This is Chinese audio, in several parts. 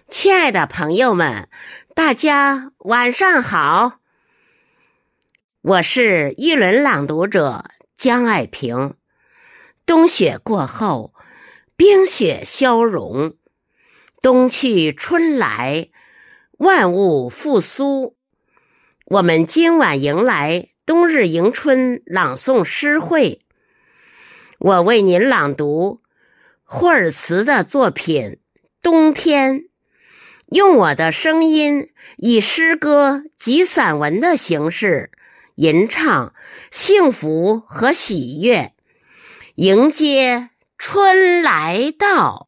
亲爱的朋友们，大家晚上好，我是玉轮朗读者江爱萍。冬雪过后，冰雪消融，冬去春来，万物复苏。我们今晚迎来冬日迎春朗诵诗会，我为您朗读霍尔茨的作品《冬天》，用我的声音以诗歌及散文的形式吟唱幸福和喜悦，迎接春来到。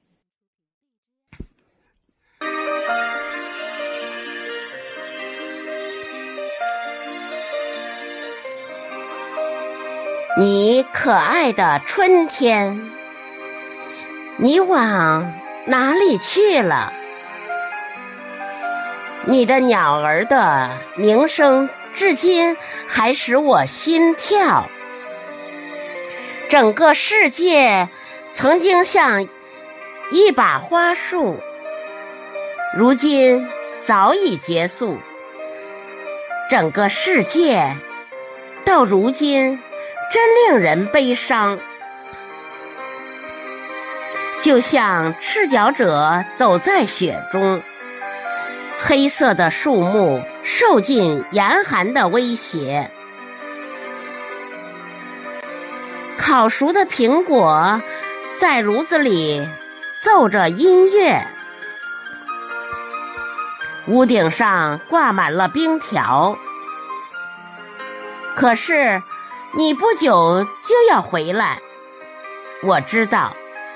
你可爱的春天，你往哪里去了？你的鸟儿的鸣声至今还使我心跳。整个世界曾经像一把花束，如今早已结束。整个世界到如今真令人悲伤，就像赤脚者走在雪中，黑色的树木受尽严寒的威胁，烤熟的苹果在炉子里奏着音乐，屋顶上挂满了冰条。可是你不久就要回来，我知道，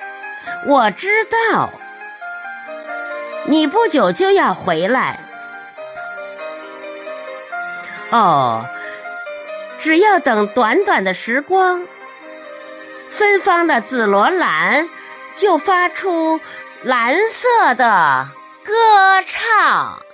你不久就要回来。哦，只要等短短的时光，芬芳的紫罗兰就发出蓝色的歌唱。